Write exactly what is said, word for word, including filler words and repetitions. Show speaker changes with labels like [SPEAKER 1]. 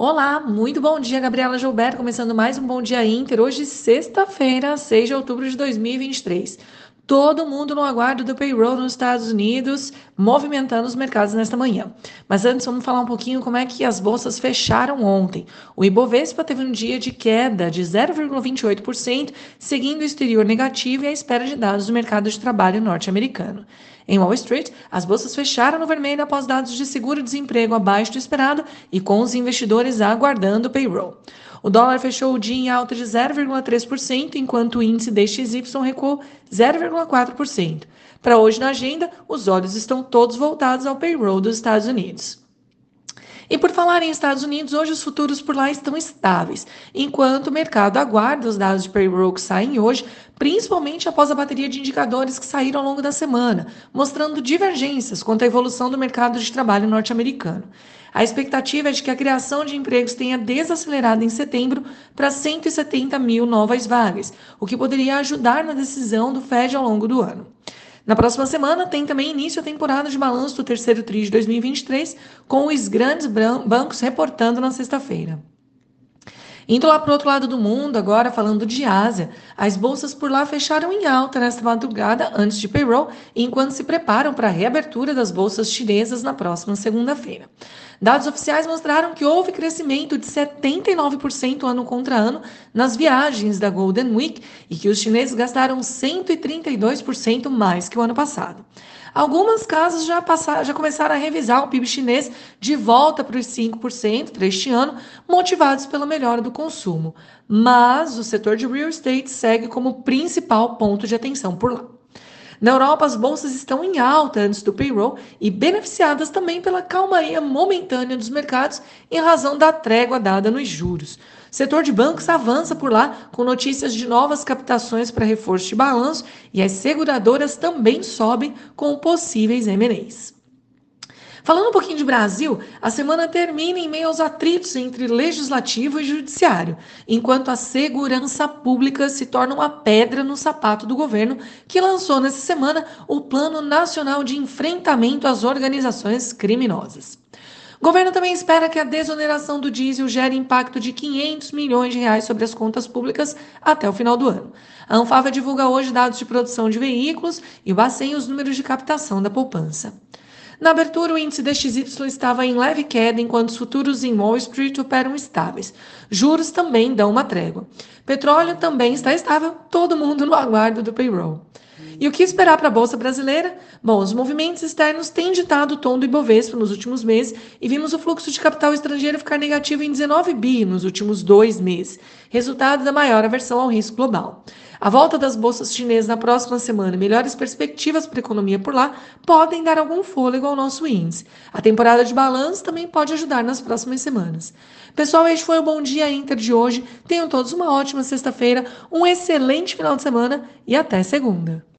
[SPEAKER 1] Olá, muito bom dia, Gabriela Gilberto, começando mais um Bom Dia Inter, hoje sexta-feira, seis de outubro de dois mil e vinte e três. Todo mundo no aguardo do payroll nos Estados Unidos, movimentando os mercados nesta manhã. Mas antes, vamos falar um pouquinho como é que as bolsas fecharam ontem. O Ibovespa teve um dia de queda de zero vírgula vinte e oito por cento, seguindo o exterior negativo e à espera de dados do mercado de trabalho norte-americano. Em Wall Street, as bolsas fecharam no vermelho após dados de seguro-desemprego abaixo do esperado e com os investidores aguardando o payroll. O dólar fechou o dia em alta de zero vírgula três por cento, enquanto o índice D X Y recuou zero vírgula quatro por cento. Para hoje na agenda, os olhos estão todos voltados ao payroll dos Estados Unidos. E por falar em Estados Unidos, hoje os futuros por lá estão estáveis, enquanto o mercado aguarda os dados de payroll que saem hoje, principalmente após a bateria de indicadores que saíram ao longo da semana, mostrando divergências quanto à evolução do mercado de trabalho norte-americano. A expectativa é de que a criação de empregos tenha desacelerado em setembro para cento e setenta mil novas vagas, o que poderia ajudar na decisão do Fed ao longo do ano. Na próxima semana, tem também início a temporada de balanço do terceiro tri de dois mil e vinte e três, com os grandes bancos reportando na sexta-feira. Indo lá para o outro lado do mundo, agora falando de Ásia, as bolsas por lá fecharam em alta nesta madrugada antes de payroll, enquanto se preparam para a reabertura das bolsas chinesas na próxima segunda-feira. Dados oficiais mostraram que houve crescimento de setenta e nove por cento ano contra ano nas viagens da Golden Week e que os chineses gastaram cento e trinta e dois por cento mais que o ano passado. Algumas casas já, passaram, já começaram a revisar o P I B chinês de volta para os cinco por cento para este ano, motivados pela melhora do consumo. Mas o setor de real estate segue como principal ponto de atenção por lá. Na Europa, as bolsas estão em alta antes do payroll e beneficiadas também pela calmaria momentânea dos mercados em razão da trégua dada nos juros. O setor de bancos avança por lá com notícias de novas captações para reforço de balanço e as seguradoras também sobem com possíveis M and As. Falando um pouquinho de Brasil, a semana termina em meio aos atritos entre legislativo e judiciário, enquanto a segurança pública se torna uma pedra no sapato do governo, que lançou nessa semana o Plano Nacional de Enfrentamento às Organizações Criminosas. O governo também espera que a desoneração do diesel gere impacto de quinhentos milhões de reais sobre as contas públicas até o final do ano. A Anfávia divulga hoje dados de produção de veículos e o Bacen os números de captação da poupança. Na abertura, o índice D X Y estava em leve queda, enquanto os futuros em Wall Street operam estáveis. Juros também dão uma trégua. Petróleo também está estável, todo mundo no aguardo do payroll. E o que esperar para a Bolsa Brasileira? Bom, os movimentos externos têm ditado o tom do Ibovespa nos últimos meses e vimos o fluxo de capital estrangeiro ficar negativo em dezenove bi nos últimos dois meses, resultado da maior aversão ao risco global. A volta das bolsas chinesas na próxima semana e melhores perspectivas para a economia por lá podem dar algum fôlego ao nosso índice. A temporada de balanço também pode ajudar nas próximas semanas. Pessoal, este foi o Bom Dia Inter de hoje. Tenham todos uma ótima sexta-feira, um excelente final de semana e até segunda.